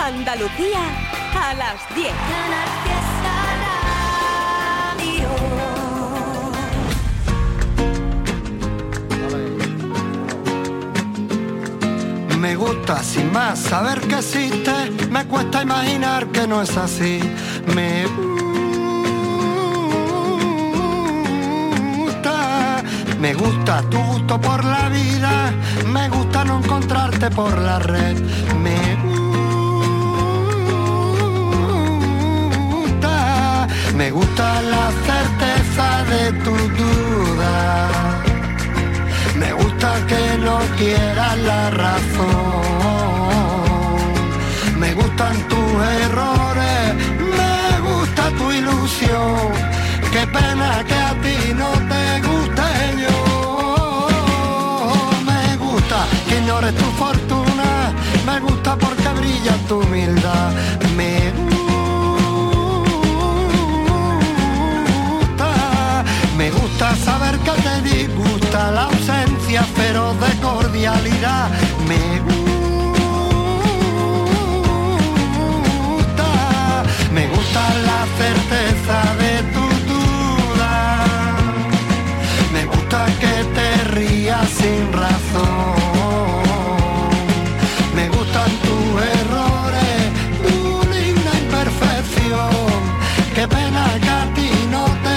Andalucía a las 10. Me gusta sin más saber que existe, me cuesta imaginar que no es así. Me gusta tu gusto por la vida, me gusta no encontrarte por la red. Me gusta la certeza de tu duda. Me gusta que no quieras la razón. Me gustan tus errores, me gusta tu ilusión. Qué pena que a ti no te guste yo. Me gusta que ignores tu fortuna. Me gusta porque brilla tu humildad. Me gusta saber que te disgusta la ausencia feroz de cordialidad. Me gusta la certeza de tu duda. Me gusta que te rías sin razón. Me gustan tus errores, tu linda imperfección. Qué pena que a ti no te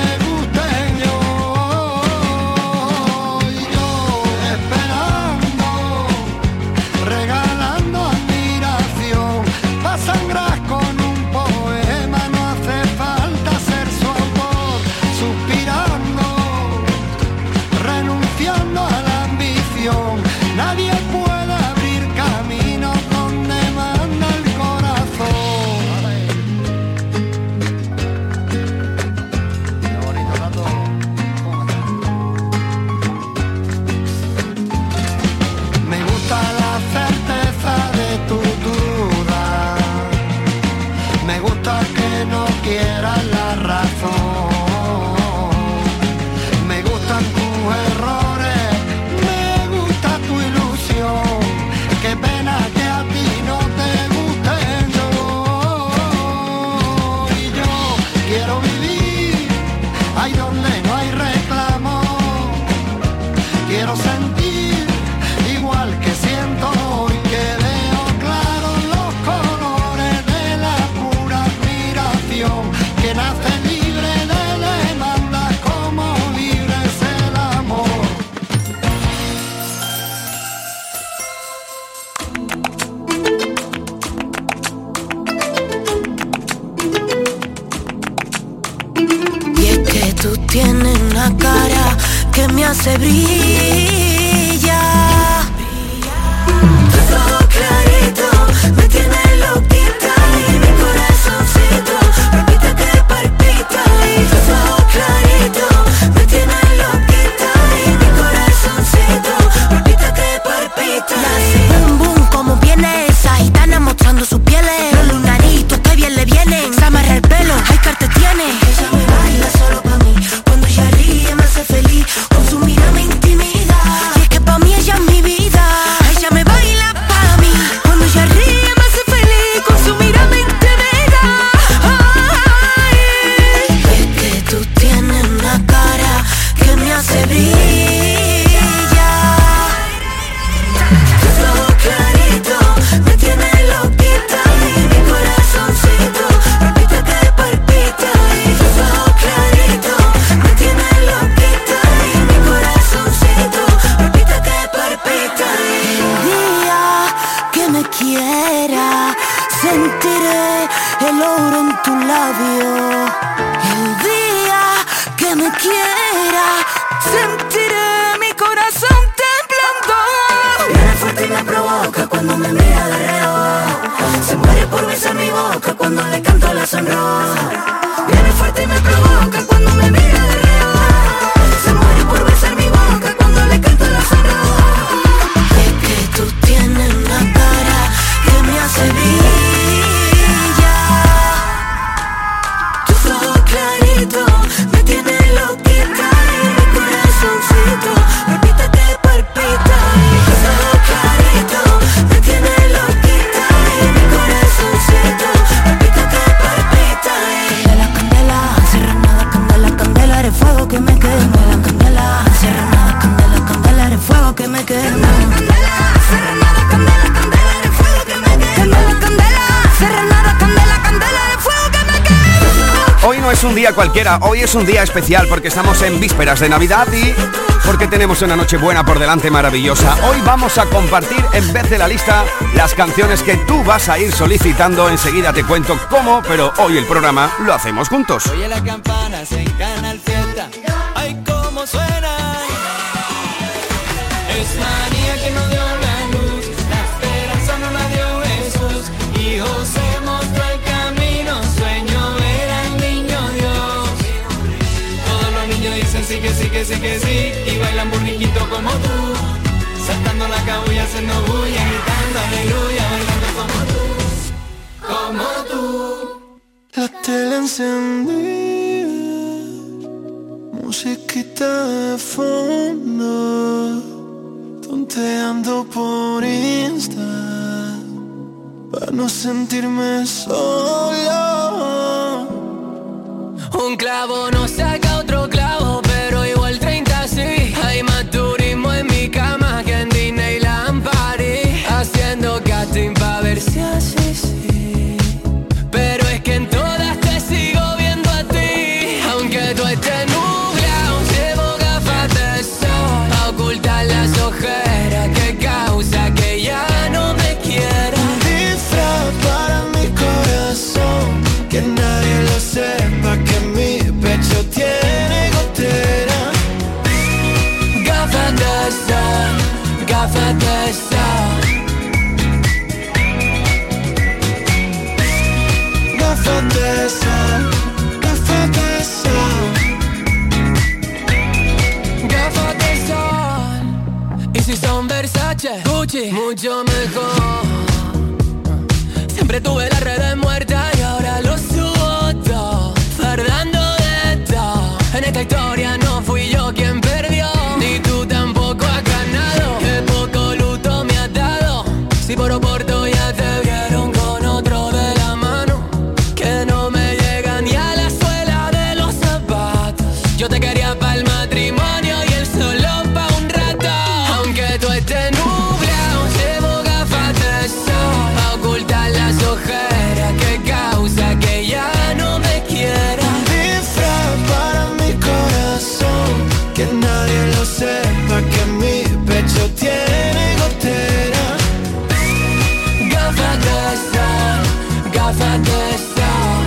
se brilla. Tus ojos claritos me tienen loquita y mi corazoncito palpita que palpita. Y tus ojos claritos me tienen loquita y mi corazoncito palpita que palpita. Y hace boom boom como viene esa gitana mostrando sus pieles. Los lunaritos que bien le vienen. Se amarra el pelo, ay que arte tiene. Ella me baila solo pa' mí. Cuando ella ríe me hace feliz. Con su mirada me intimida. Y es que pa' mí ella es mi vida. Ella me baila pa' mí. Cuando ella ríe me hace feliz. Con su mirada me intimida. Ay. Y es que tú tienes una cara que me hace brillar. Tus ojos claritos me tienen loquita y mi corazoncito palpita que palpita. Y tus ojos claritos me tienen loquita y mi corazoncito palpita que palpita. El día que me quiera sentiré el oro en tu labio. El día que me quiera sentiré mi corazón temblando. Viene fuerte y me provoca cuando me mira de reojo. Se muere por besar mi boca cuando le canto la sonroja. Viene fuerte y me provoca cuando me mira de reojo. Se muere por besar mi boca cuando le canto la sonroja. Y es que tú tienes una cara que me hace brillar. Tus ojos claritos me tienen loquita y mi corazoncito palpita que palpita. Y tus ojos claritos me tienen loquita y mi corazoncito es un día cualquiera, hoy es un día especial porque estamos en vísperas de Navidad y porque tenemos una noche buena por delante maravillosa. Hoy vamos a compartir en vez de la lista las canciones que tú vas a ir solicitando. Enseguida te cuento cómo, pero hoy el programa lo hacemos juntos. Oye las campanas en Canal Fiesta, ay cómo suena. Es María que nos dio la luz, la esperanza nos la dio Jesús y José mostró el camino, sueño era el niño Dios. Todos los niños dicen sí que sí que sí que sí y bailan burriquito como tú, saltando la cabulla, haciendo bulla, gritando aleluya, bailando como tú. La tele encendida, musiquita de fondo, tonteando por Insta, para no sentirme solo. Un clavo no saca otro clavo, pero igual 30 sí. Hay más turismo en mi cama que en Disneyland París, haciendo casting pa' ver si así sí. Pero es que en todas te sigo viendo a ti, aunque tú estés nublado, llevo gafas de sol pa' ocultar las ojeras que causa que ya no me quiera. Un disfraz para mi corazón, que nadie lo sepa, que mi pecho tiene gotera. Gafas de sol, gafas de sol. Gafas de sol, gafas de sol. Gafas de sol. Y si son Versace, Gucci, mucho mejor. Siempre tuve las redes muertas y ahora lo subo todo, fardando de todo. En esta historia no fui yo quien perdió, ni tú tampoco has ganado. Qué poco luto me has dado, si por oporto ya te vieron con otro de la mano, que no me llega ni a la suela de los zapatos. Yo te quería para el matrimonio y él solo pa' un rato. Aunque tú estés nublado, llevo gafas de sol pa' ocultar las ojeras que causa que ya no me quiera. Un disfraz para mi corazón, que nadie lo sepa, que mi pecho tiene gotera. Gafas de sol, gafas de sol.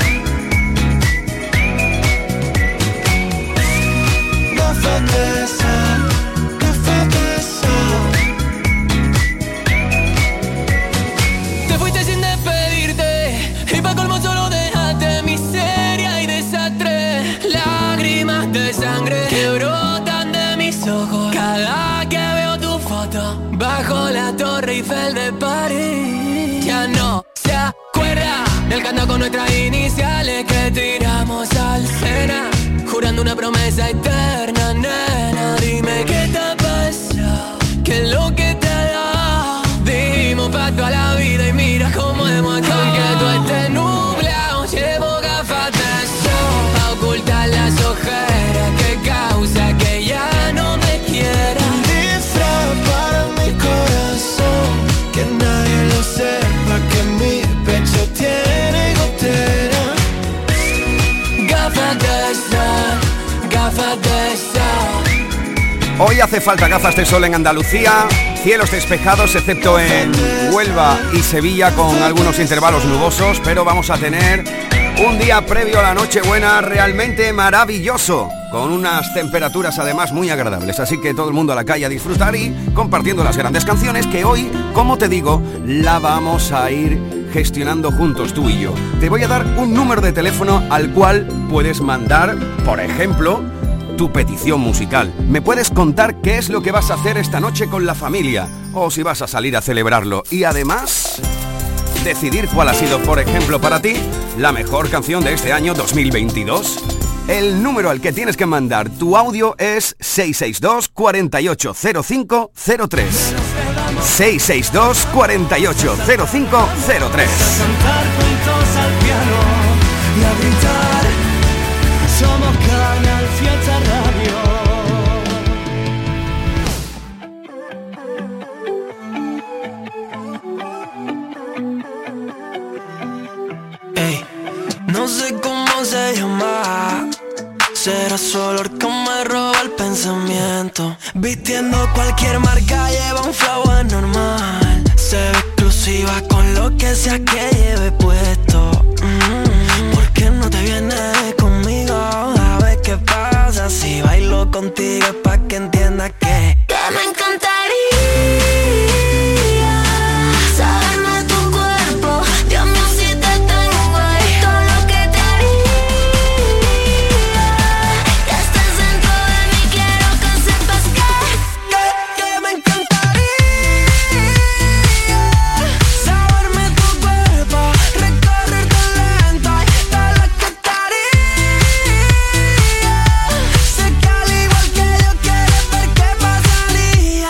Gafas de sol, gafas de sol. Te fuiste sin despedirte y pa' colmo solo dejaste miseria y desastre. Lágrimas de sangre que brotan de mis ojos cada que veo tu foto bajo la Torre Eiffel de París. Ya no se acuerda del canto con nuestras iniciales que tiramos al Sena, jurando una promesa eterna, nena. Dime qué te ha pasado, qué es lo que te ha dado. Dimos pacto a la vida y mira cómo hemos acabado. Aunque tú estés nublado, llevo gafas de sol pa' ocultar las ojeras que causa que ya no me quiera. Un disfraz para mi corazón, que nadie lo sepa, que mi pecho tiene gotera. Gafas de sol, gafas de sol. Hoy hace falta gafas de sol en Andalucía, cielos despejados excepto en Huelva y Sevilla con algunos intervalos nubosos, pero vamos a tener un día previo a la Nochebuena realmente maravilloso, con unas temperaturas además muy agradables, así que todo el mundo a la calle a disfrutar y compartiendo las grandes canciones que hoy, como te digo, la vamos a ir gestionando juntos tú y yo. Te voy a dar un número de teléfono al cual puedes mandar, por ejemplo, tu petición musical. Me puedes contar qué es lo que vas a hacer esta noche con la familia o si vas a salir a celebrarlo y además decidir cuál ha sido, por ejemplo, para ti la mejor canción de este año 2022. El número al que tienes que mandar tu audio es 662 480503. 662 480503. Cantar juntos al piano y a gritar, somos Canal Fiesta Radio. Ey, no sé cómo se llama, tendrá su olor que me roba el pensamiento. Vistiendo cualquier marca, lleva un flow anormal. Se ve exclusiva con lo que sea que lleve puesto. ¿Por qué no te vienes conmigo? A ver qué pasa si bailo contigo, es pa' que entiendas que me encantaría saberme tu cuerpo. Dios mío, si te tengo ahí, todo lo que te haría. Que estés dentro de mí, quiero que sepas que me encantaría saberme tu cuerpo, recorrerte lento y todo lo que te haría. Sé que al igual que yo quieres ver qué pasaría.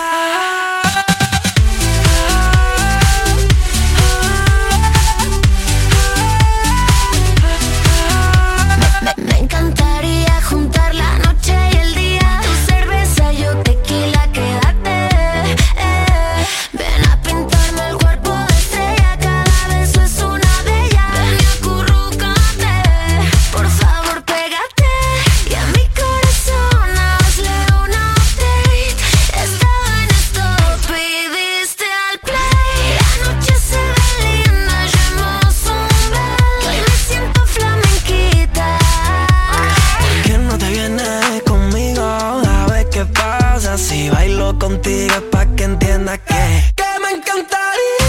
Me encantaría juntar la noche y el día. Tu cerveza, yo tequila, quédate. Ven a pintarme el cuerpo de estrella. Cada beso es una bella. Ven y acurrúcate. Por favor, pégate. Y a mi corazón hazle un update. Estaba en stop y diste al play. La noche se ve linda, llevamos un bel. Hoy me siento flamenquita. ¿Por qué no te vienes conmigo? A ver qué pasa si bailo contigo, es pa' que entiendas que me encantaría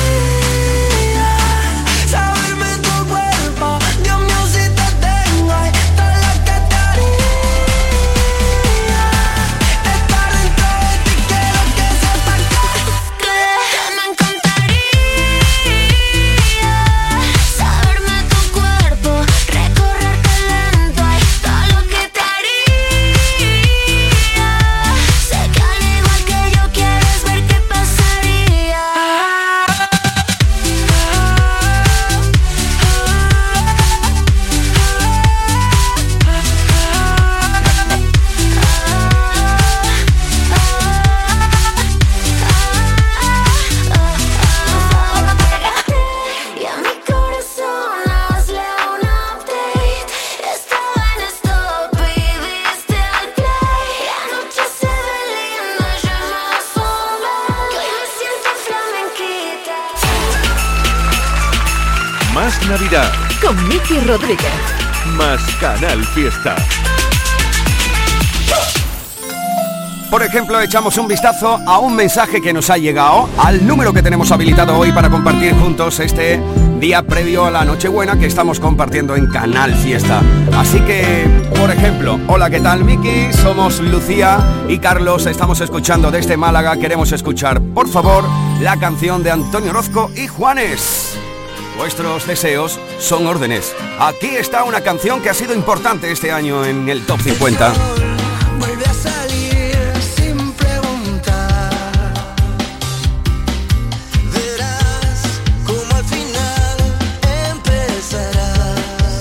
saberme tu cuerpo. Dios mío, si te tengo ahí, todo lo que te haría. Estar dentro de ti, quiero que sepas Que me encantaría saberme tu cuerpo, recorrerte lento, ay, todo lo que te haría. Sé que al igual que yo quieres ver qué pasaría. Y a mi corazón hazle un update. Estaba en stop y diste al play. La noche se ve linda, llevamos un bel. Que hoy me siento flamenquita. Más Navidad, Con Miki Rodríguez. más Canal Fiesta. Por ejemplo, echamos un vistazo a un mensaje que nos ha llegado al número que tenemos habilitado hoy para compartir juntos este día previo a la Nochebuena que estamos compartiendo en Canal Fiesta. Así que, por ejemplo, hola, ¿qué tal, Miki? Somos Lucía y Carlos, estamos escuchando desde Málaga. Queremos escuchar, por favor, la canción de Antonio Orozco y Juanes. Vuestros deseos son órdenes. Aquí está una canción que ha sido importante este año en el Top 50. vuelve a salir sin preguntar. Verás cómo al final empezarás.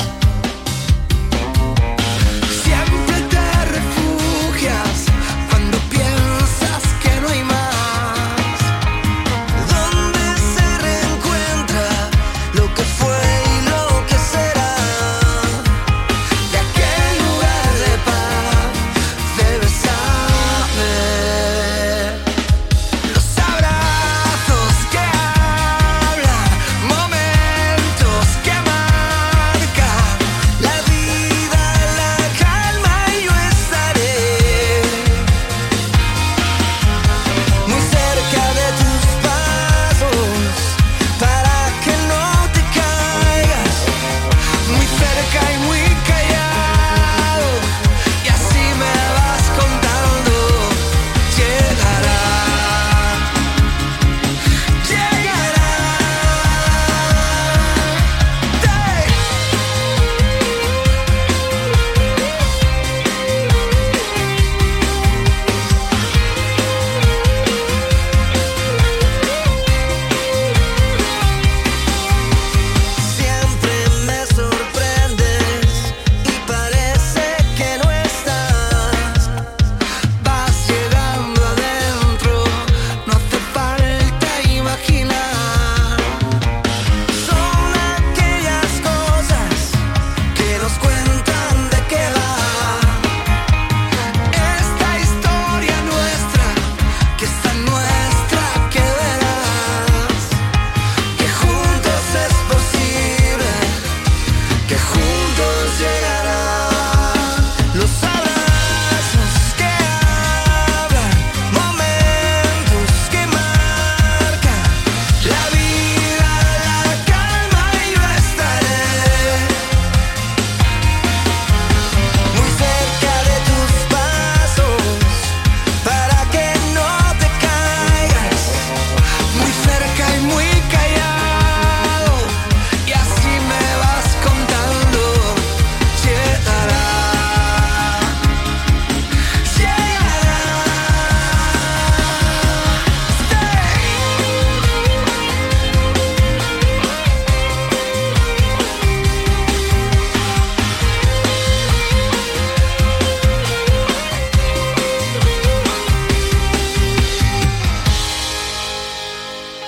Siempre te refugias cuando piensas que no hay más. Donde se reencuentra lo que fue y lo que será. De aquel lugar de paz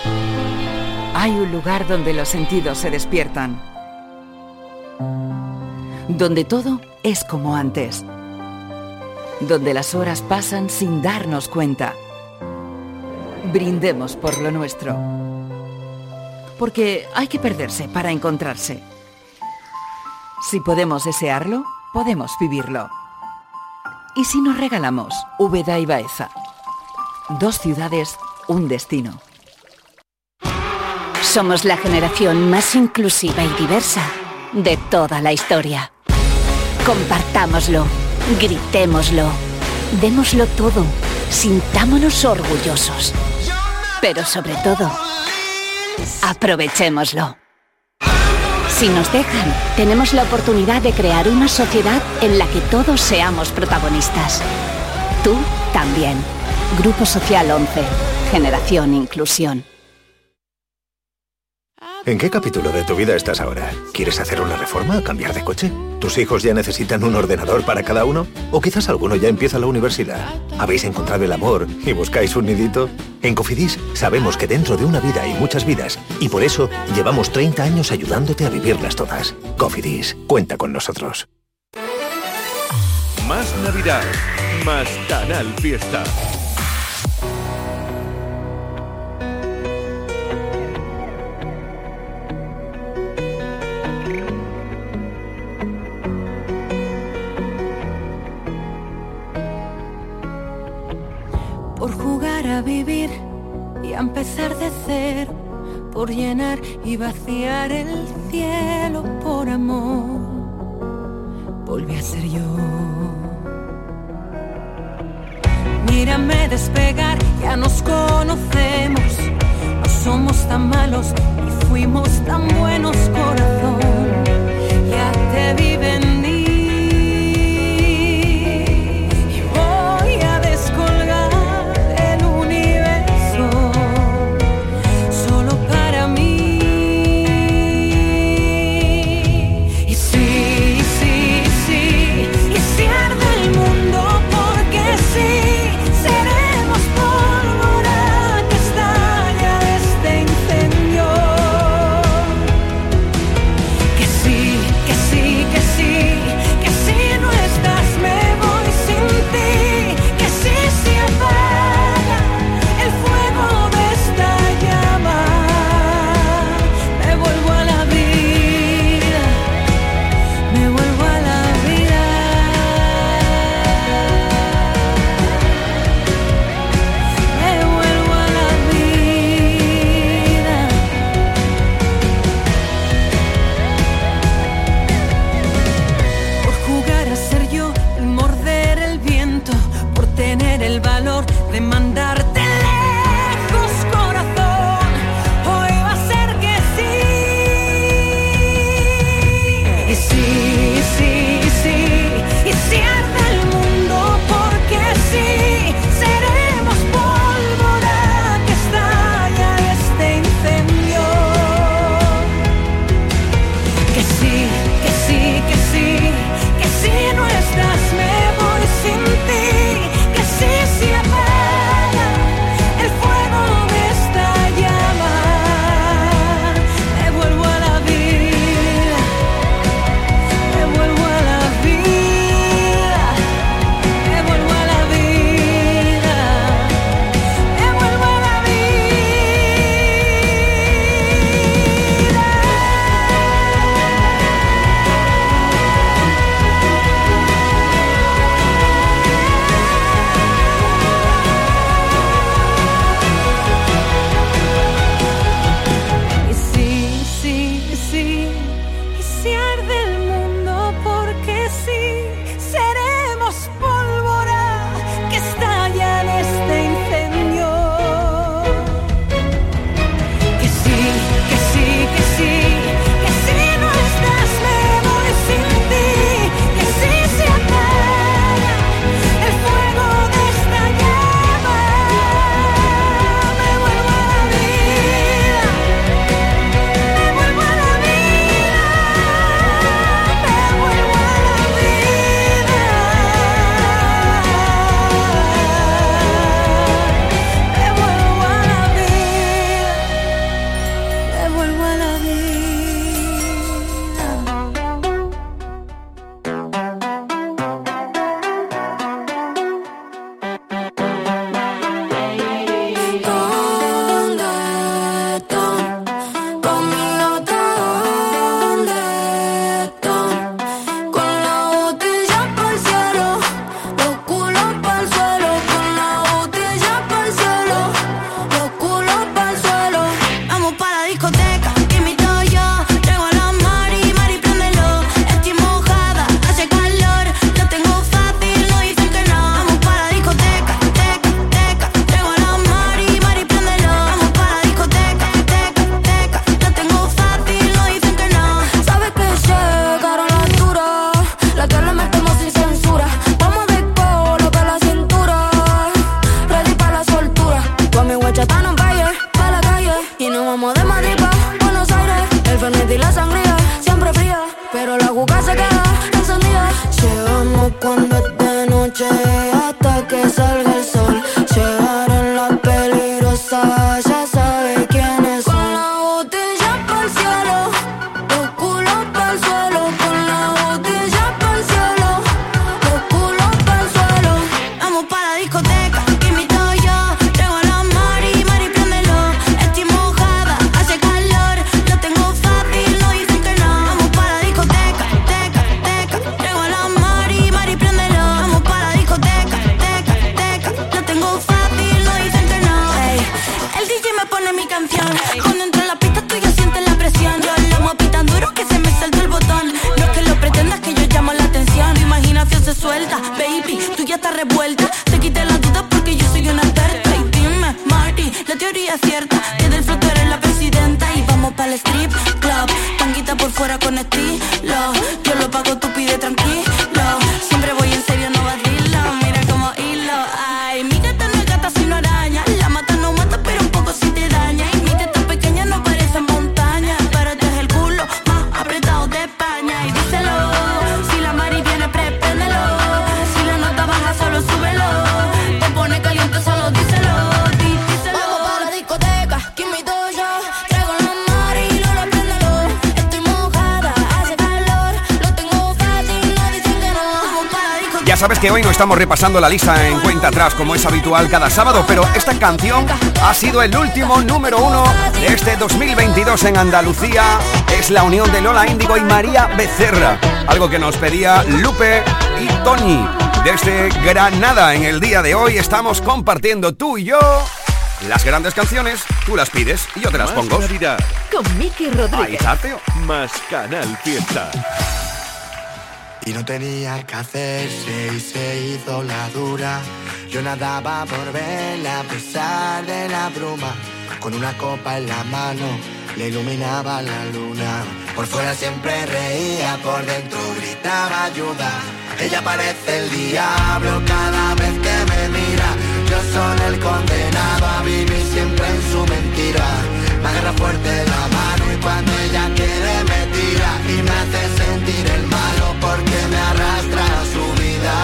Hay un lugar donde los sentidos se despiertan, donde todo es como antes, donde las horas pasan sin darnos cuenta. Brindemos por lo nuestro, porque hay que perderse para encontrarse. Si podemos desearlo, podemos vivirlo. ¿Y si nos regalamos Úbeda y Baeza? 2 ciudades, un destino. Somos la generación más inclusiva y diversa de toda la historia. Compartámoslo, gritémoslo, démoslo todo, sintámonos orgullosos. Pero sobre todo, aprovechémoslo. Si nos dejan, tenemos la oportunidad de crear una sociedad en la que todos seamos protagonistas. Tú también. Grupo Social 11. Generación Inclusión. ¿En qué capítulo de tu vida estás ahora? ¿Quieres hacer una reforma o cambiar de coche? ¿Tus hijos ya necesitan un ordenador para cada uno? ¿O quizás alguno ya empieza la universidad? ¿Habéis encontrado el amor y buscáis un nidito? En Cofidis sabemos que dentro de una vida hay muchas vidas y por eso llevamos 30 años ayudándote a vivirlas todas. Cofidis, cuenta con nosotros. Más Navidad, más Canal Fiesta. Por jugar a vivir y a empezar de cero, por llenar y vaciar el cielo por amor, volví a ser yo. Mírame despegar, ya nos conocemos, no somos tan malos y fuimos tan buenos, corazón, ya te vi venir. Que sí, la vida. Sabes que hoy no estamos repasando la lista en cuenta atrás como es habitual cada sábado, pero esta canción ha sido el último número 1 de este 2022 en Andalucía. Es la unión de Lola Índigo y María Becerra, algo que nos pedía Lupe y Toñi desde Granada. En el día de hoy estamos compartiendo tú y yo las grandes canciones, tú las pides y yo te las pongo. Navidad. Con Miki Rodríguez. Ahí está, Teo. Más Canal Fiesta. Y no tenía que hacerse y se hizo la dura. Yo nadaba por verla a pesar de la bruma. Con una copa en la mano le iluminaba la luna. Por fuera siempre reía, por dentro gritaba ayuda. Ella parece el diablo cada vez que me mira. Yo soy el condenado a vivir siempre en su mentira. Me agarra fuerte la mano y cuando ella quiere me tira. Y me hace sentir el malo porque me arrastra a su vida.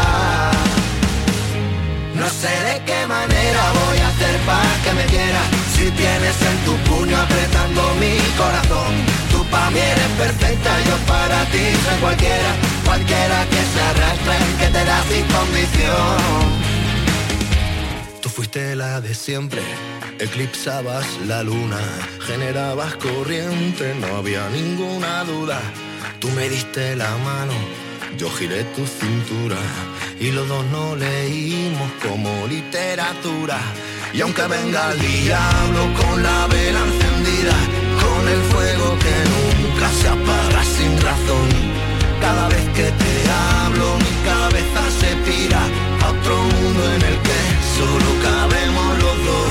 No sé de qué manera voy a hacer para que me quiera. Si tienes en tu puño apretando mi corazón. Tú pa' mí eres perfecta, yo para ti soy cualquiera. Cualquiera que se arrastra y que te da sin condición. Tú fuiste la de siempre, eclipsabas la luna, generabas corriente, no había ninguna duda. Tú me diste la mano, yo giré tu cintura y los dos no leímos como literatura. Y aunque venga el diablo con la vela encendida, con el fuego que nunca se apaga sin razón, cada vez que te hablo mi cabeza se tira a otro mundo en el que solo cabemos los dos.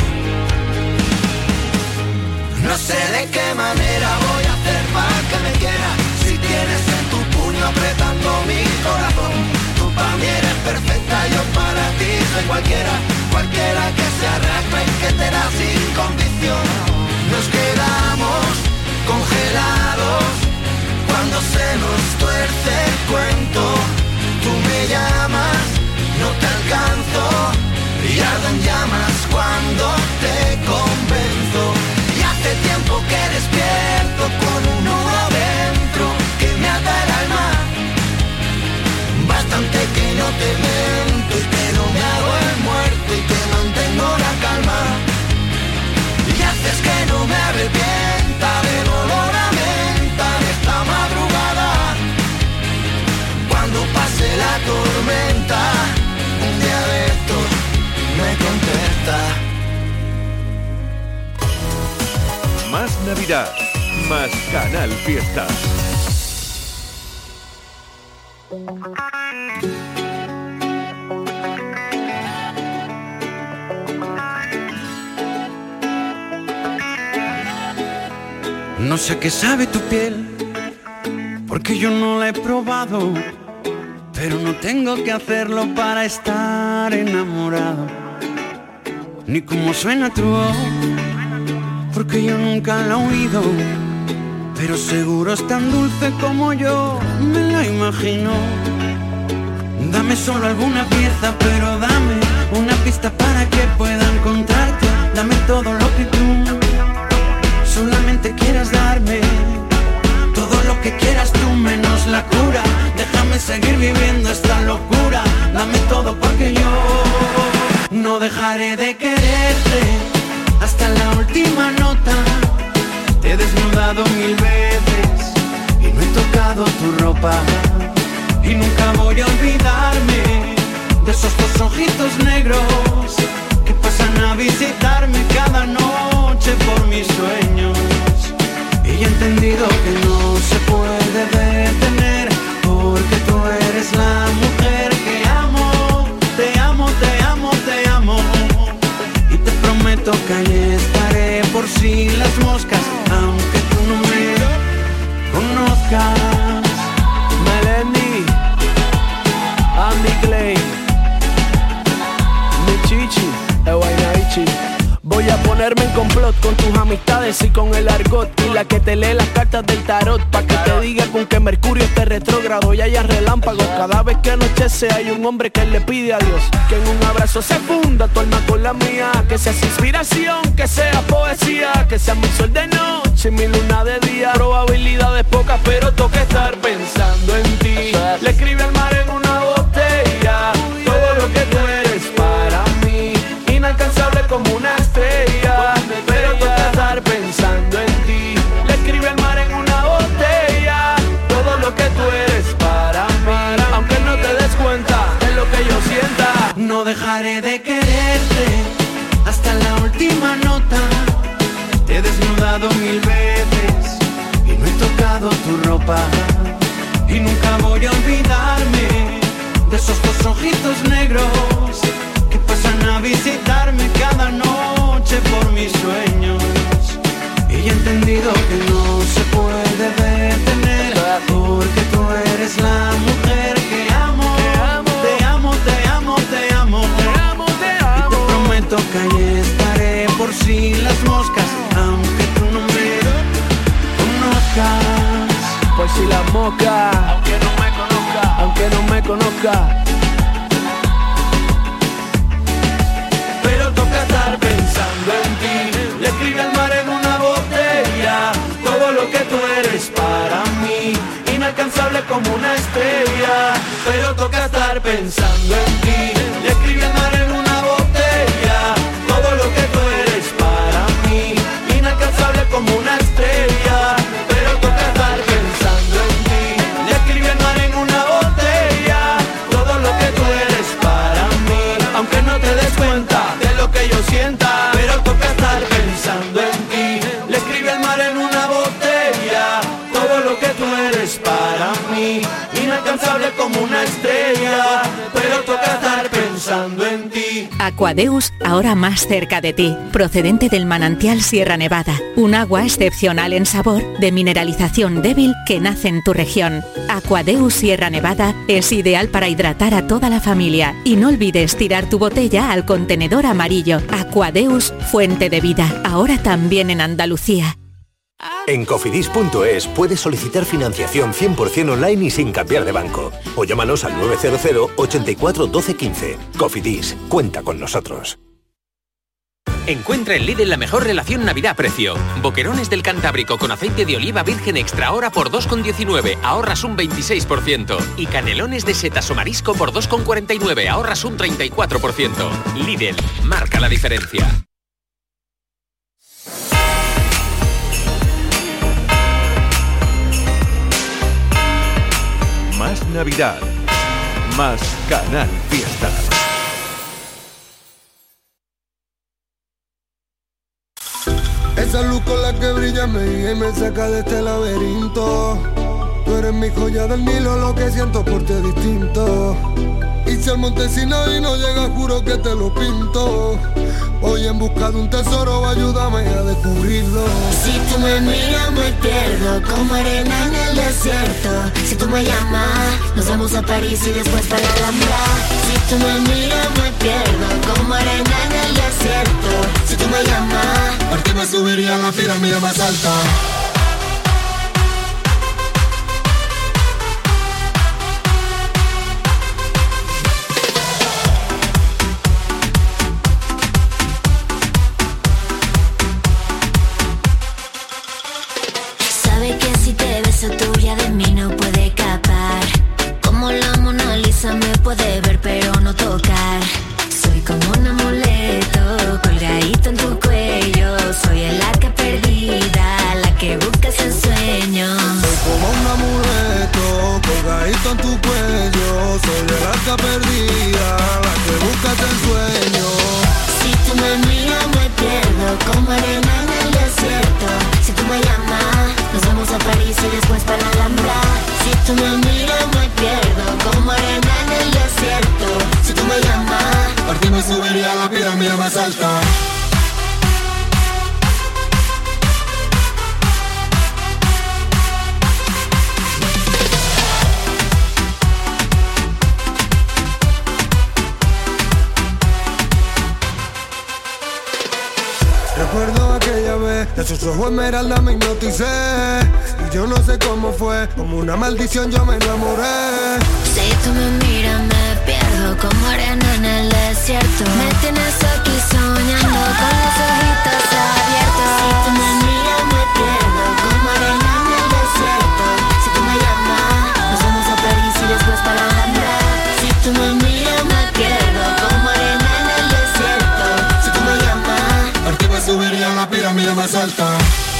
No sé de qué manera voy a hacer para que me quieras. Si tienes en tu puño apretando mi corazón. Tú para mí eres perfecta, yo para ti soy cualquiera. Cualquiera que se arrastre y que te da sin condición. Nos quedamos congelados cuando se nos tuerce el cuento. Tú me llamas, no te alcanzo y ardo en llamas cuando te convenzo. Y hace tiempo que despierto Navidad, más Canal Fiesta. No sé qué sabe tu piel, porque yo no la he probado, pero no tengo que hacerlo para estar enamorado. Ni cómo suena tu voz, porque yo nunca la he oído, pero seguro es tan dulce como yo me la imagino. Dame solo alguna pieza, pero dame una pista para que pueda encontrarte. Dame todo lo que tú solamente quieras darme, todo lo que quieras tú menos la cura. Déjame seguir viviendo esta locura. Dame todo porque yo no dejaré de quererte hasta la última nota. Te he desnudado 1000 veces y no he tocado tu ropa. Y nunca voy a olvidarme de esos dos ojitos negros que pasan a visitarme cada noche por mis sueños. Y he entendido que no se puede detener, porque tú eres la mujer que amo. Te amo, te amo, te amo. Y te prometo que ahí estaré por si las moscas, aunque tú no me conozcas. Melendi, Andy Clay, mi chichi, Ewainaichi. Voy a ponerme en complot con tus amistades y con el argot y la que te lee las cartas del tarot, pa' que te diga con que Mercurio esté retrógrado y haya relámpagos. Cada vez que anochece hay un hombre que le pide a Dios que en un abrazo se funda tu alma con la mía, que seas inspiración, que sea poesía, que sea mi sol de noche, mi luna de día. Probabilidades pocas, pero toca estar pensando en ti. Le escribe al mar en una botella todo lo que tú eres para mí, inalcanzable como una estrella, pero toca estar pensando en ti. Le escribe al mar en una botella todo lo que tú eres para mí, aunque no te des cuenta de lo que yo sienta. No dejaré de quererte hasta la última nota. Te he desnudado 1000 veces y no he tocado tu ropa. Y nunca voy a olvidarme de esos dos ojitos negros que pasan a visitarme cada noche por mis sueños. Y he entendido que no se puede detener, porque tú eres la mujer que amo. Te amo, te amo, te amo. Y te prometo que ahí estaré por si las moscas, aunque tú no me conozcas. Por si las moscas, aunque no me conozca, aunque no me conozca. Pero toca estar pensando en ti. Le escribe al mar en una botella todo lo que tú eres para mí, inalcanzable como una estrella. Pero toca estar pensando en ti. Le escribe al mar en una botella todo lo que tú eres para mí, inalcanzable como una estrella. Pero toca estar pensando en ti. Le escribe al mar en una botella todo lo que tú eres para mí, aunque no te des cuenta de lo que yo sienta. Pero toca estar pensando en ti. Le escribe al mar en una botella todo lo que tú eres para mí, inalcanzable como una estrella. Pero toca estar pensando en ti. Aquadeus, ahora más cerca de ti, procedente del manantial Sierra Nevada, un agua excepcional en sabor, de mineralización débil que nace en tu región. Aquadeus Sierra Nevada es ideal para hidratar a toda la familia, y no olvides tirar tu botella al contenedor amarillo. Aquadeus, fuente de vida, ahora también en Andalucía. En Cofidis.es puedes solicitar financiación 100% online y sin cambiar de banco. O llámanos al 900 84 12 15. Cofidis, cuenta con nosotros. Encuentra en Lidl la mejor relación Navidad-precio. Boquerones del Cantábrico con aceite de oliva virgen extra hora por 2,19, ahorras un 26%. Y canelones de setas o marisco por 2,49, ahorras un 34%. Lidl, marca la diferencia. Más Navidad, más Canal Fiesta. Esa Esa luz con la que brilla me guía y me saca de este laberinto. Tú eres mi joya del Nilo, lo que siento por ti es distinto. Y si el Montesino y no llega, juro que te lo pinto. Voy en busca de un tesoro, ayúdame a descubrirlo. Si tú me miras me pierdo, como arena en el desierto. Si tú me llamas, nos vamos a París y después para la Alhambra. Si tú me miras me pierdo, como arena en el desierto. Si tú me llamas, por ti me subiría a la pirámide más alta. Tuya de mí no puede escapar. Como la Mona Lisa me puede ver pero no tocar. Soy como un amuleto colgadito en tu cuello. Soy el arca perdida, la que buscas en sueños. Soy como un amuleto colgadito en tu cuello. Soy el arca perdida, la que buscas en sueños. Si tú me miras me pierdo, como arena en el desierto. Si tú me llamas, nos vamos a París y después para la Alhambra. Si tú me miras me pierdo, como arena en el desierto. Si tú me llamas, por ti me subiría a la pirámide más alta. Recuerdo aquella vez, de sus ojos esmeralda me hipnoticé. Y yo no sé cómo fue, como una maldición yo me enamoré. Si tú me miras me pierdo, como arena en el desierto. Me tienes aquí soñando, con los ojitos abiertos. Si tú me miras me pierdo, como arena en el desierto. Si tú me llamas, nos vamos a París y después para la Alhambra. Si tú me miras me pierdo, como arena en el desierto. Si tú me llamas, por ti me subiría a la pirámide más alta.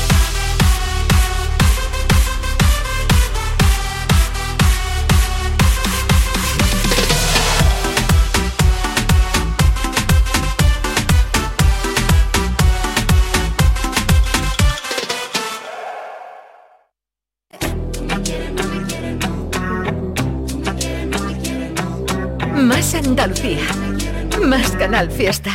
Más Andalucía, más Canal Fiesta.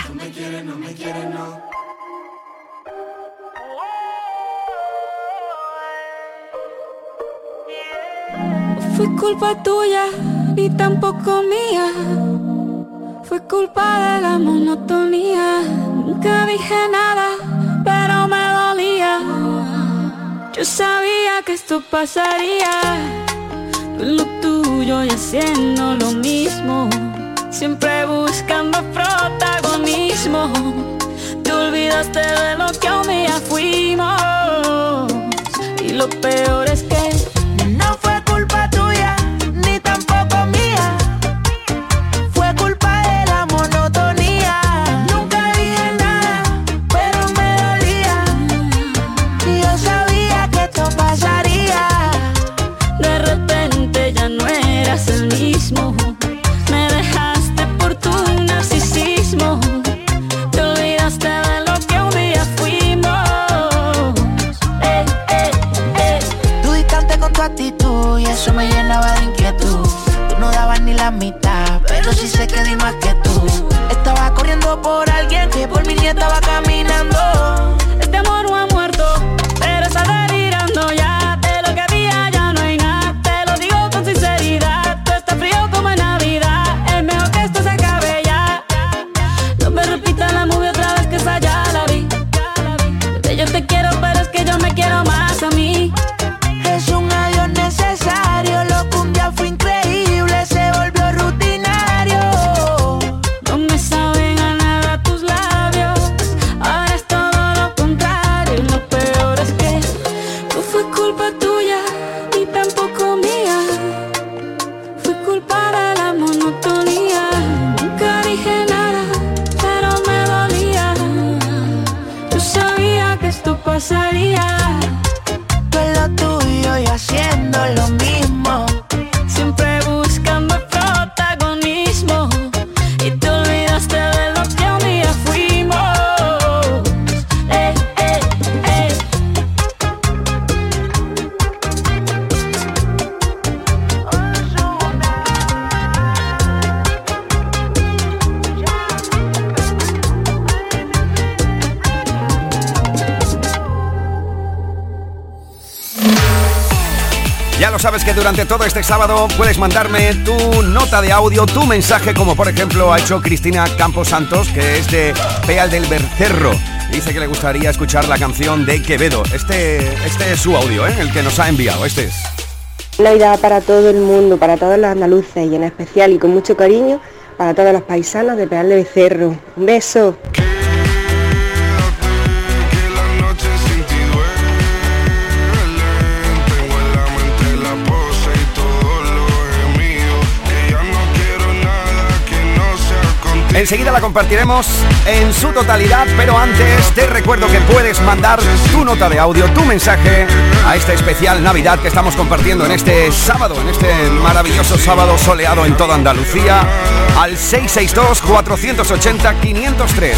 Fue culpa tuya, ni tampoco mía. Fue culpa de la monotonía. Nunca dije nada, pero me dolía. Yo sabía que esto pasaría. Tú en lo tuyo y haciendo lo mismo. Siempre buscando protagonismo. Te olvidaste de lo que un día fuimos. Y lo peor es que no fue culpa tuya, ni tampoco mía. Fue culpa de la monotonía. Nunca dije nada, pero me dolía. Y yo sabía que esto pasaría. De repente ya no eras el mismo. Me dejaste por tu narcisismo. Te olvidaste de lo que un día fuimos. Tú distante con tu actitud y eso me llenaba de inquietud. Tú no dabas ni la mitad, pero sí sé que di más que tú. Estaba corriendo por alguien que por mí ni estaba caminando. Este amor no ha muerto, pero está delirando ya. De lo que había ya no hay nada. Te lo digo con sinceridad. Tú estás frío como en Navidad. Es mejor que esto se acabe ya. No me repita la movie otra vez, que esa ya la vi. Bebé, yo te quiero, pero es que yo me quiero más a mí. Es un adiós necesario. Lo que un día fue increíble se volvió rutinario. No me saben a nada tus labios. Ahora es todo lo contrario. Lo peor Ya lo sabes que durante todo este sábado puedes mandarme tu nota de audio, tu mensaje, como por ejemplo ha hecho Cristina Campos Santos, que es de Peal del Bercerro. Dice que le gustaría escuchar la canción de Quevedo. Este es su audio, el que nos ha enviado. Este es. Navidad para todo el mundo, para todos los andaluces y en especial y con mucho cariño para todos los paisanos de Peal del Bercerro. Un beso. Enseguida la compartiremos en su totalidad, pero antes te recuerdo que puedes mandar tu nota de audio, tu mensaje a este especial Navidad que estamos compartiendo en este sábado, en este maravilloso sábado soleado en toda Andalucía, al 662-480-503.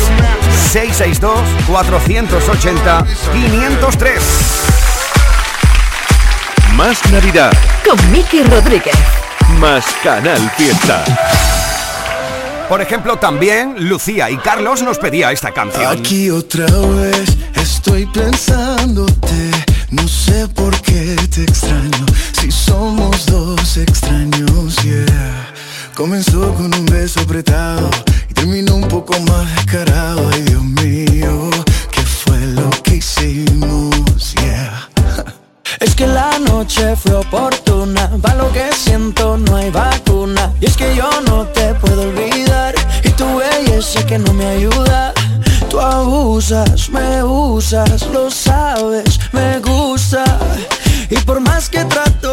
662-480-503. Más Navidad. Con Miki Rodríguez. Más Canal Fiesta. Por ejemplo, también Lucía y Carlos nos pedía esta canción. Aquí otra vez estoy pensándote, no sé por qué te extraño, si somos dos extraños, yeah. Comenzó con un beso apretado y terminó un poco más descarado. Ay, Dios mío, ¿qué fue lo que hicimos? Yeah. Es que la noche fue oportuna, pa' lo que siento no hay vacuna. Y es que yo no te puedo olvidar, y tu belleza que no me ayuda. Tú abusas, me usas, lo sabes, me gusta. Y por más que trato,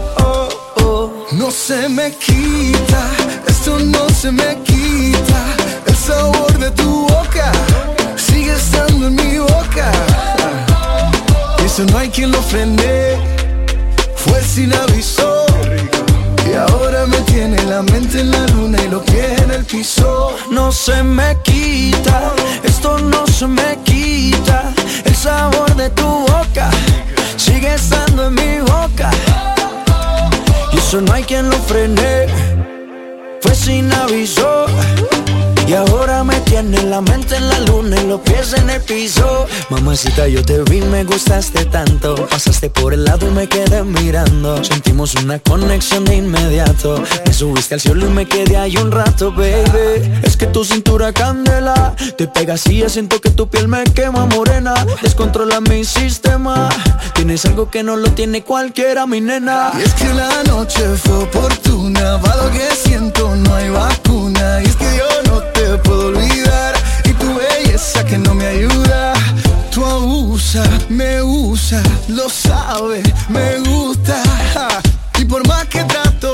no se me quita, esto no se me quita. El sabor de tu boca sigue estando en mi boca. Eso no hay quien lo frene, fue sin aviso. Y ahora me tiene la mente en la luna y los pies en el piso. no se me quita, esto no se me quita. El sabor de tu boca sigue estando en mi boca. Y eso no hay quien lo frene, fue sin aviso. Y ahora me tiene la mente en la luna y los pies en el piso. Mamacita, yo te vi, me gustaste tanto. Pasaste por el lado y me quedé mirando. Sentimos una conexión de inmediato. Me subiste al cielo y me quedé ahí un rato, baby. Es que tu cintura candela, te pegas y ya siento que tu piel me quema morena. Descontrola mi sistema, tienes algo que no lo tiene cualquiera, mi nena. Y es que la noche fue oportuna, para lo que siento no hay vacuna. Y es que yo no te puedo olvidar, y tu belleza que no me ayuda. Tú abusas, me usas, lo sabes, me gusta. Y por más que trato,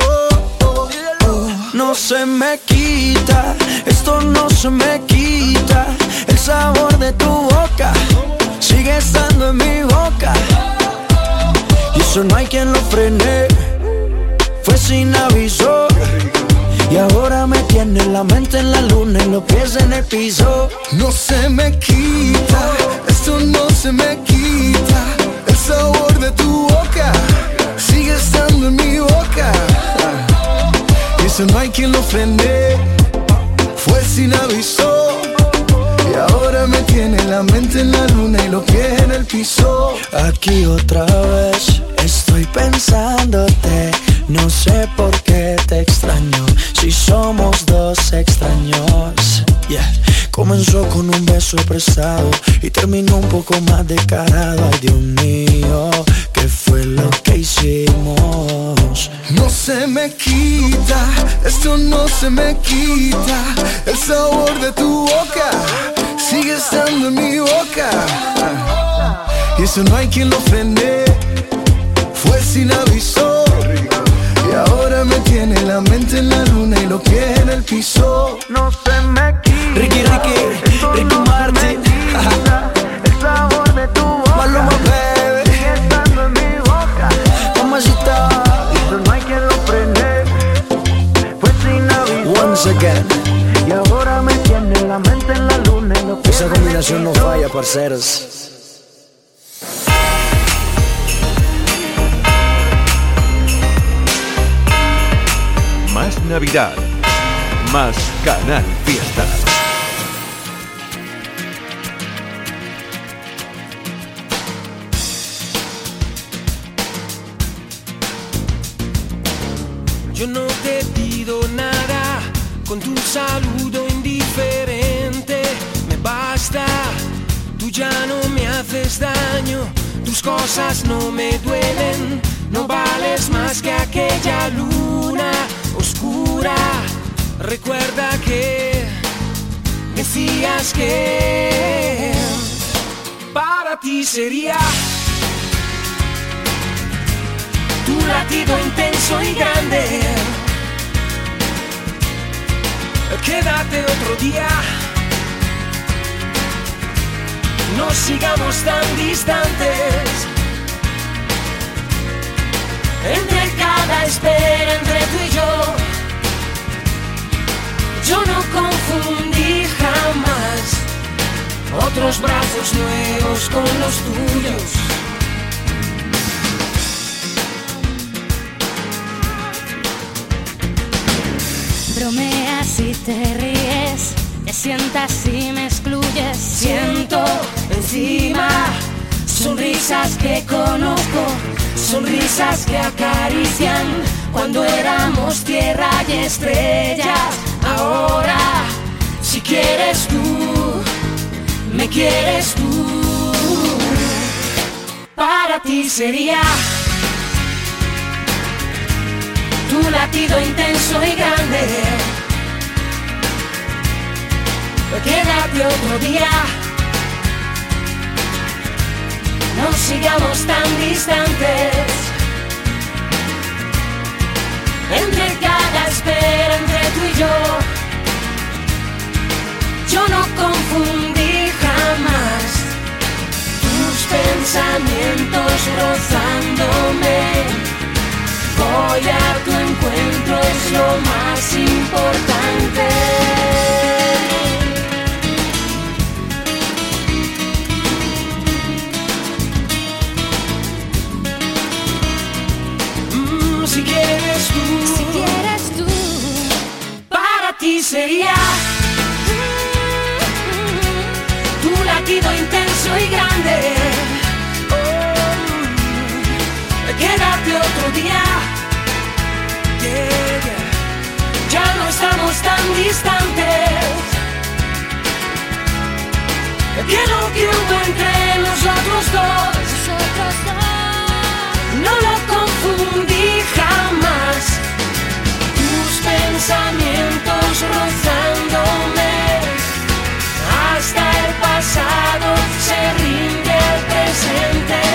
no se me quita, esto no se me quita. El sabor de tu boca sigue estando en mi boca. Y eso no hay quien lo frene, fue sin aviso. Y ahora me tiene la mente en la luna y los pies en el piso. No se me quita, esto no se me quita. El sabor de tu boca sigue estando en mi boca. Y eso no hay quien lo frene, fue sin aviso. Y ahora me tiene la mente en la luna y los pies en el piso. Aquí otra vez estoy pensándote, no sé por qué te extraño, si somos dos extraños, yeah. Comenzó con un beso prestado y terminó un poco más descarado. Ay, Dios mío, ¿qué fue lo que hicimos? No se me quita, esto no se me quita. El sabor de tu boca sigue estando en mi boca. Y eso no hay quien lo frene, fue sin aviso. Y ahora me tiene la mente en la luna y los pies en el piso. No se me quita, Ricky Martin, el sabor de tu boca, Maluma, baby, sigue estando en mi boca. Mamacita, eso no hay quien lo frene, fue sin aviso. Once again. Y ahora me tiene la mente en la luna y los pies. Esa combinación no falla, parceros. Más Navidad, más Canal Fiesta. Yo no te pido nada, con tu saludo indiferente me basta. Tú ya no me haces daño, tus cosas no me duelen. No vales más que aquella luna oscura. Recuerda que decías que para ti sería tu latido intenso y grande. Quédate otro día, no sigamos tan distantes. Entre cada espera, entre tú y yo no confundí jamás otros brazos nuevos con los tuyos. Bromeas y te ríes, te sientas y me excluyes. Siento encima sonrisas que conozco, sonrisas que acarician cuando éramos tierra y estrellas. Ahora, si quieres tú, me quieres tú. Para ti sería tu latido intenso y grande. Quédate otro día, no sigamos tan distantes. Entre cada espera, entre tú y yo no confundí jamás tus pensamientos rozándome. Voy a tu encuentro, es lo más importante. Si quieres tú, para ti sería tu latido intenso y grande. Quédate otro día, ya no estamos tan distantes. Que lo que hubo entre nosotros dos no lo confundí jamás. Tus pensamientos rozándome, hasta el pasado se rinde al presente.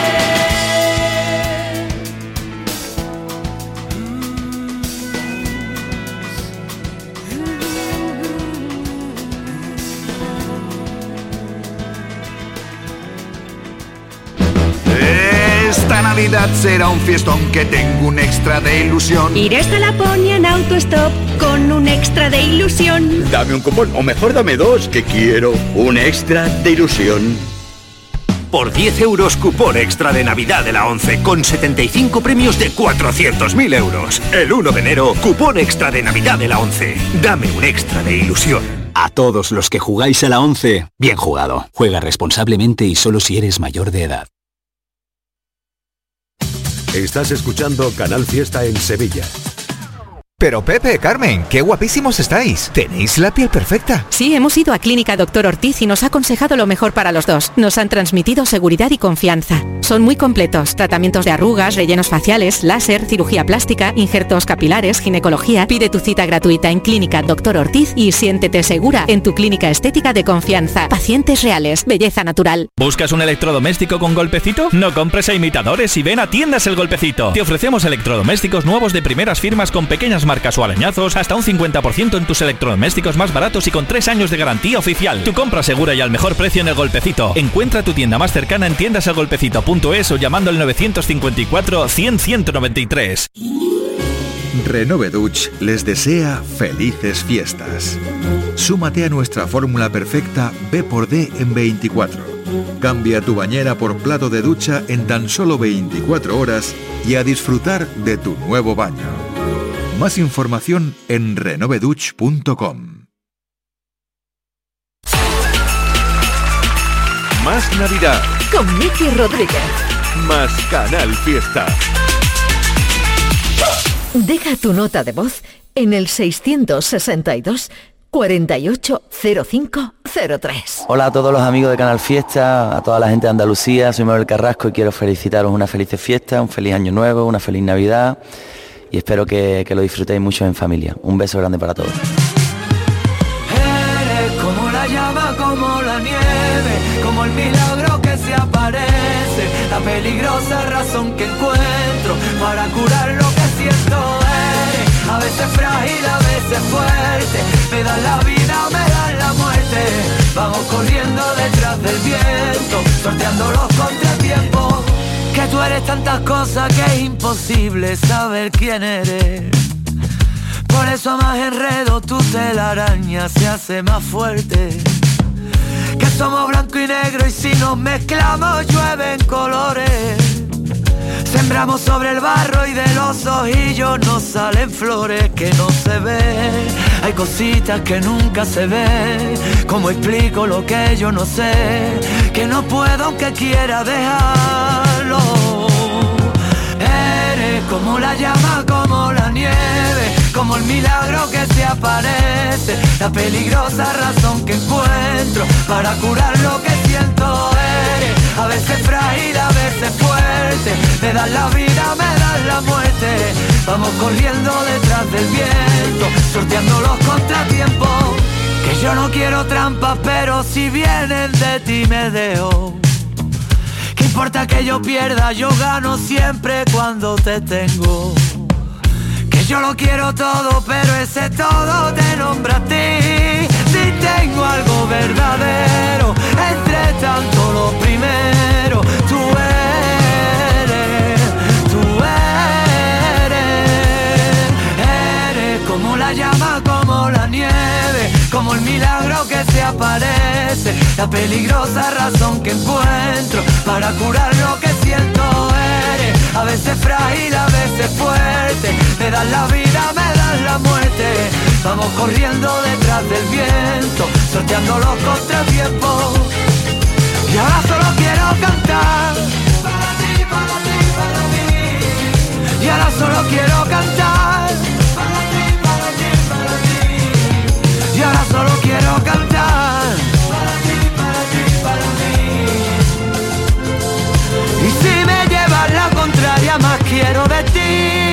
Esta Navidad será un fiestón, que tengo un extra de ilusión. Iré hasta Laponia en autostop con un extra de ilusión. Dame un cupón, o mejor dame dos, que quiero un extra de ilusión. Por 10 euros, cupón extra de Navidad de la 11, con 75 premios de 400.000 euros. El 1 de enero, cupón extra de Navidad de la 11. Dame un extra de ilusión. A todos los que jugáis a la 11, bien jugado. Juega responsablemente y solo si eres mayor de edad. Estás escuchando Canal Fiesta en Sevilla. Pero Pepe, Carmen, qué guapísimos estáis. Tenéis la piel perfecta. Sí, hemos ido a Clínica Doctor Ortiz y nos ha aconsejado lo mejor para los dos. Nos han transmitido seguridad y confianza. Son muy completos. Tratamientos de arrugas, rellenos faciales, láser, cirugía plástica, injertos capilares, ginecología. Pide tu cita gratuita en Clínica Doctor Ortiz y siéntete segura en tu clínica estética de confianza. Pacientes reales, belleza natural. ¿Buscas un electrodoméstico con golpecito? No compres a imitadores y ven a Tiendas El Golpecito. Te ofrecemos electrodomésticos nuevos de primeras firmas con pequeñas marcas o arañazos, hasta un 50% en tus electrodomésticos más baratos y con 3 años de garantía oficial. Tu compra segura y al mejor precio en El Golpecito. Encuentra tu tienda más cercana en tiendaselgolpecito.es o llamando al 954 100 193. Renoveduch les desea felices fiestas. Súmate a nuestra fórmula perfecta B+D en 24. Cambia tu bañera por plato de ducha en tan solo 24 horas y a disfrutar de tu nuevo baño. Más información en renoveduch.com. Más Navidad. Con Miki Rodríguez. Más Canal Fiesta. Deja tu nota de voz en el 662 480503. Hola a todos los amigos de Canal Fiesta, a toda la gente de Andalucía, soy Manuel Carrasco y quiero felicitaros una feliz fiesta, un feliz año nuevo, una feliz Navidad y espero que lo disfrutéis mucho en familia. Un beso grande para todos. Eres como la llama, como la nieve, como el milagro que se aparece, la peligrosa razón que encuentro para curar lo que siento. Eres a veces frágil, a veces fuerte, me dan la vida, me dan la muerte. Vamos corriendo detrás del viento, sorteando los contratiempos. Que tú eres tantas cosas que es imposible saber quién eres. Por eso a más enredo tu telaraña se hace más fuerte. Que somos blanco y negro y si nos mezclamos llueven colores. Sembramos sobre el barro y de los ojillos nos salen flores que no se ven. Hay cositas que nunca se ven. ¿Cómo explico lo que yo no sé? Que no puedo aunque quiera dejarlo. Eres como la llama, como la nieve, como el milagro que se aparece, la peligrosa razón que encuentro para curar lo que siento. Eres a veces frágil, a veces fuerte, me das la vida, me das la muerte. Vamos corriendo detrás del viento, sorteando los contratiempos. Que yo no quiero trampas, pero si vienen de ti me dejo. ¿Qué importa que yo pierda? Yo gano siempre cuando te tengo. Que yo lo quiero todo, pero ese todo te nombra a ti. Si tengo algo verdadero, entre tanto lo primero, tú eres como la llama, como la nieve, como el milagro que se aparece, la peligrosa razón que encuentro para curar lo que siento. Eres a veces frágil, a veces fuerte, me das la vida, me das la muerte. Vamos corriendo detrás del viento, sorteando los contratiempos. Y ahora solo quiero cantar para ti, para ti, para mí. Y ahora solo quiero cantar para ti, para ti, para mí. Y ahora solo quiero cantar para ti, para ti, para mí. Y si me llevas la contraria, más quiero de ti.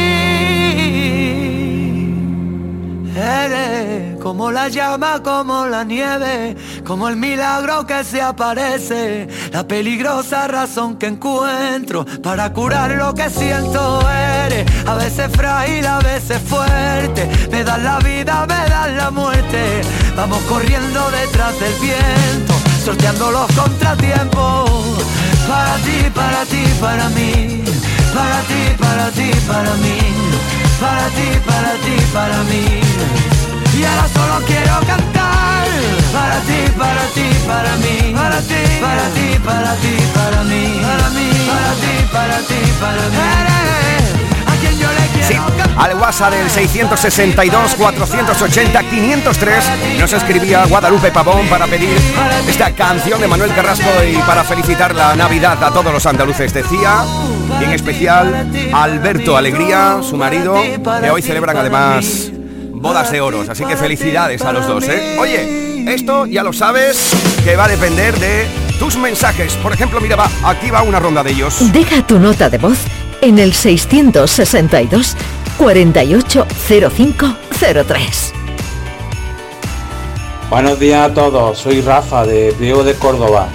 Eres como la llama, como la nieve, como el milagro que se aparece, la peligrosa razón que encuentro para curar lo que siento. Eres a veces frágil, a veces fuerte, me das la vida, me das la muerte. Vamos corriendo detrás del viento, sorteando los contratiempos. Para ti, para ti, para mí. Para ti, para ti, para mí. Para ti, para ti, para mí. Y ahora solo quiero cantar para ti, para ti, para mí. Para ti, para ti, para ti, para mí. Para mí, para ti, para ti, para mí. Eres a quien yo le quiero cantar. Al WhatsApp del 662-480-503 nos escribía Guadalupe Pavón para pedir esta canción de Manuel Carrasco y para felicitar la Navidad a todos los andaluces. Decía, y en especial a Alberto Alegría, su marido, que hoy celebran además bodas de oros, así que felicidades a los dos, ¿eh? Oye, esto ya lo sabes que va a depender de tus mensajes. Por ejemplo, mira, aquí va una ronda de ellos. Deja tu nota de voz en el 662 480503. Buenos días a todos, soy Rafa de Priego de Córdoba.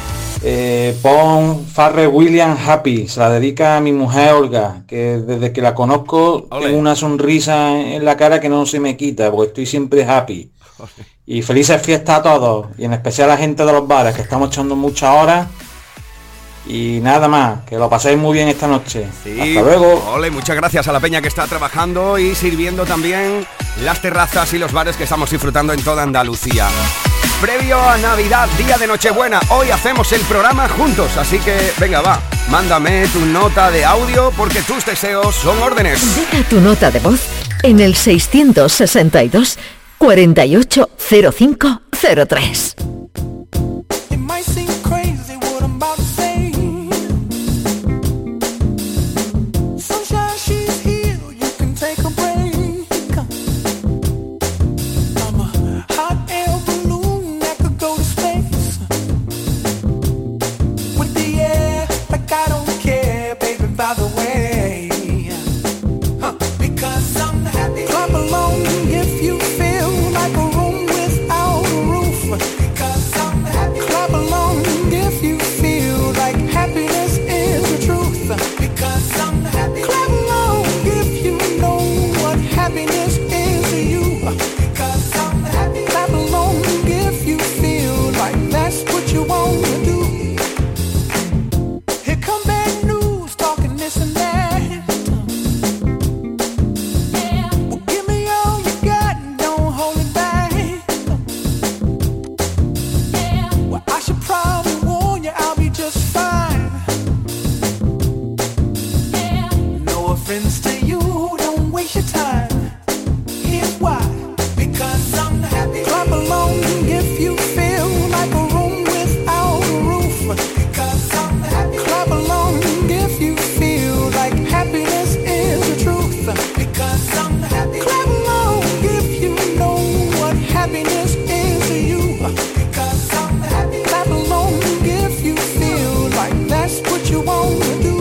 Pon Pharrell Williams Happy, se la dedica a mi mujer Olga, que desde que la conozco tengo una sonrisa en la cara que no se me quita, porque estoy siempre happy. Y felices fiestas a todos, y en especial a la gente de los bares, que estamos echando muchas horas. Y nada más, que lo paséis muy bien esta noche. Sí, hasta luego. Ole, muchas gracias a la peña que está trabajando y sirviendo también las terrazas y los bares que estamos disfrutando en toda Andalucía. Previo a Navidad, día de Nochebuena, hoy hacemos el programa juntos, así que venga, va, mándame tu nota de audio porque tus deseos son órdenes. Deja tu nota de voz en el 662 480503. Sunshine, she's here, you can take friends to you, don't waste your time. Here's why. Because I'm happy. Clap along if you feel like a room without a roof. Because I'm happy. Clap along if you feel like happiness is the truth. Because I'm happy. Clap along if you know what happiness is to you. Because I'm happy. Clap along if you feel like that's what you want to do.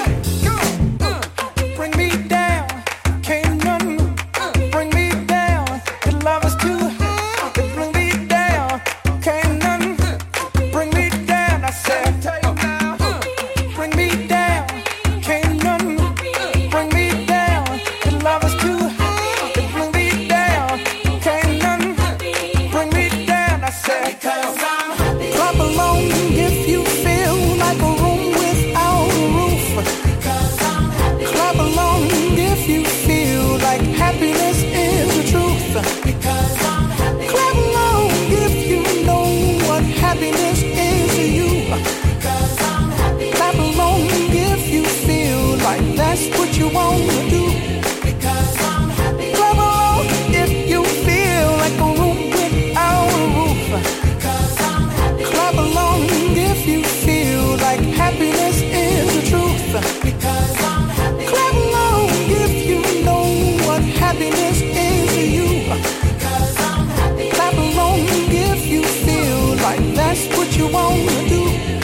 Bring me down, can't none bring me down. Your love is too high, bring me down, can't none bring me down. I said, bring me down, can't none bring me down. Your love is too high, bring me down, can't none bring me down. I said, clap along if you feel like a room without a roof. Clap along if you feel like happiness is the truth. Because I'm happy. Clap along if you know what happiness is to you. Because I'm happy. Clap along if you feel like that's what you want to do. Because I'm happy. Clap along if you feel like a room without a roof. Because I'm happy. Clap along if you feel like happiness is the truth. Because I'm happy. Clap along if you know what happiness is to you. Because I'm happy. Clap along if you feel like that's what you want to do.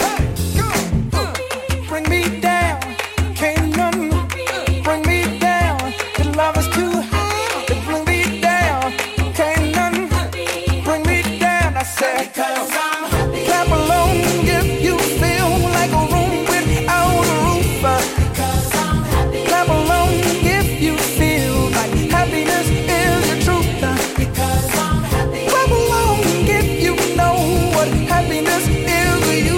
Bring me down, can't none bring me down. Your love is too high, bring me down, can't none bring me down. I said, because I'm happy. Clap along if you feel like a room without a roof. Because I'm happy. Clap along if you feel like happiness is the truth. Because I'm happy. Clap along if you know what happiness is to you.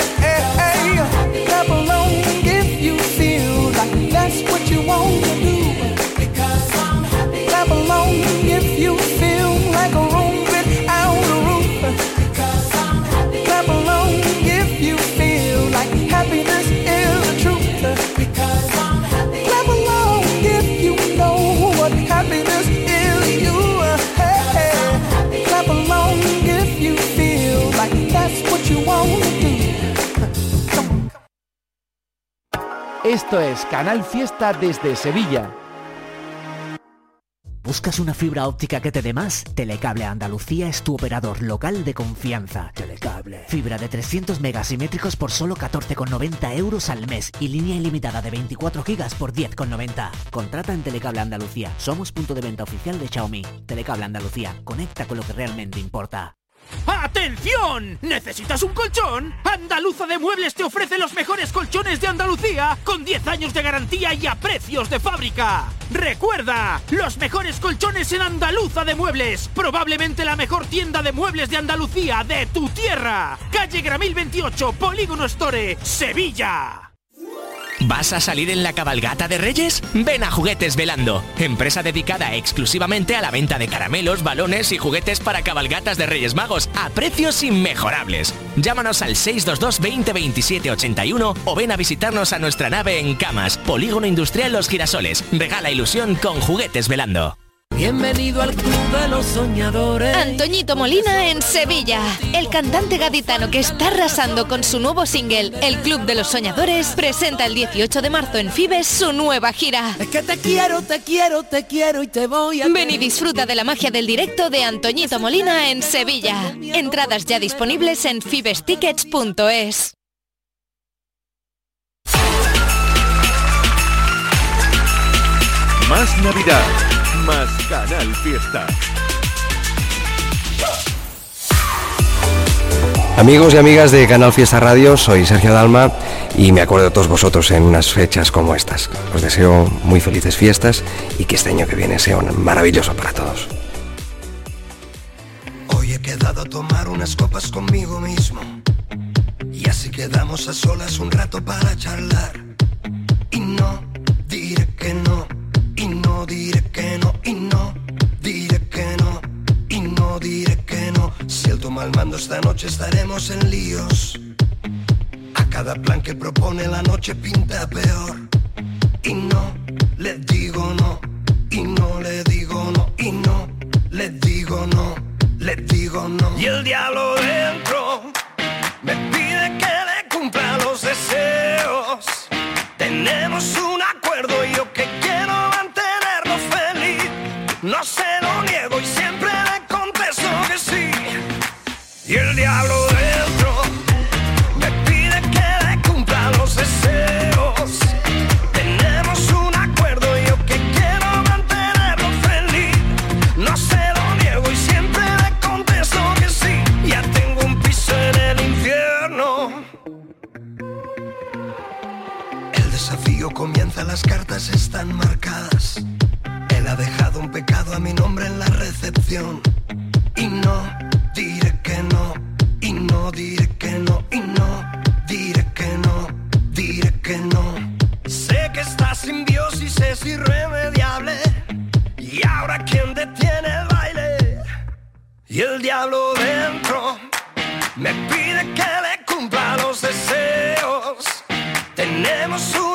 Clap along if you feel like that's what you want to do. Because I'm happy. Clap along if you feel like a room without a roof. Because I'm happy. Clap along if you feel like happiness is the truth. Because I'm happy. Clap along if you know what happiness is to you. Clap along if you feel like that's what you want to do. Esto es Canal Fiesta desde Sevilla. ¿Buscas una fibra óptica que te dé más? Telecable Andalucía es tu operador local de confianza. Telecable. Fibra de 300 megasimétricos por solo 14,90 euros al mes y línea ilimitada de 24 gigas por 10,90. Contrata en Telecable Andalucía. Somos punto de venta oficial de Xiaomi. Telecable Andalucía. Conecta con lo que realmente importa. ¡Atención! ¿Necesitas un colchón? Andaluza de Muebles te ofrece los mejores colchones de Andalucía con 10 años de garantía y a precios de fábrica. ¡Recuerda! Los mejores colchones en Andaluza de Muebles. Probablemente la mejor tienda de muebles de Andalucía, de tu tierra. Calle Gramil 28, Polígono Store, Sevilla. ¿Vas a salir en la cabalgata de Reyes? Ven a Juguetes Velando, empresa dedicada exclusivamente a la venta de caramelos, balones y juguetes para cabalgatas de Reyes Magos a precios inmejorables. Llámanos al 622 20 27 81 o ven a visitarnos a nuestra nave en Camas, Polígono Industrial Los Girasoles. Regala ilusión con Juguetes Velando. Bienvenido al Club de los Soñadores. Antoñito Molina en Sevilla. El cantante gaditano que está arrasando con su nuevo single, El Club de los Soñadores, presenta el 18 de marzo en Fibes su nueva gira. Es que te quiero, te quiero, te quiero y te voy a... Ven y disfruta de la magia del directo de Antoñito Molina en Sevilla. Entradas ya disponibles en fibestickets.es. Más Navidad, más Canal Fiesta. Amigos y amigas de Canal Fiesta Radio, soy Sergio Dalma y me acuerdo de todos vosotros en unas fechas como estas. Os deseo muy felices fiestas y que este año que viene sea un maravilloso para todos. Hoy he quedado a tomar unas copas conmigo mismo y así quedamos a solas un rato para charlar. Y no diré que no, y no diré que no, y no diré que no, y no diré que no. Si él toma el mando esta noche estaremos en líos. A cada plan que propone la noche pinta peor. Y no le digo no, y no le digo no, y no le digo no, le digo no. Y el diablo dentro me pide que le cumpla los deseos. Tenemos un acuerdo y yo que quiero mantenerlo feliz. No se lo niego y siempre le contesto que sí. Y el diablo dentro me pide que le cumpla los deseos. Tenemos un acuerdo y yo que quiero mantenerlo feliz. No se lo niego y siempre le contesto que sí. Ya tengo un piso en el infierno. El desafío comienza, las cartas están marcadas. Él ha dejado un pecado a mi nombre en la recepción. Y no diré que no, y no diré que no, y no diré que no, diré que no. Sé que esta simbiosis es irremediable. Y ahora ¿quién detiene el baile? Y el diablo dentro me pide que le cumpla los deseos. Tenemos un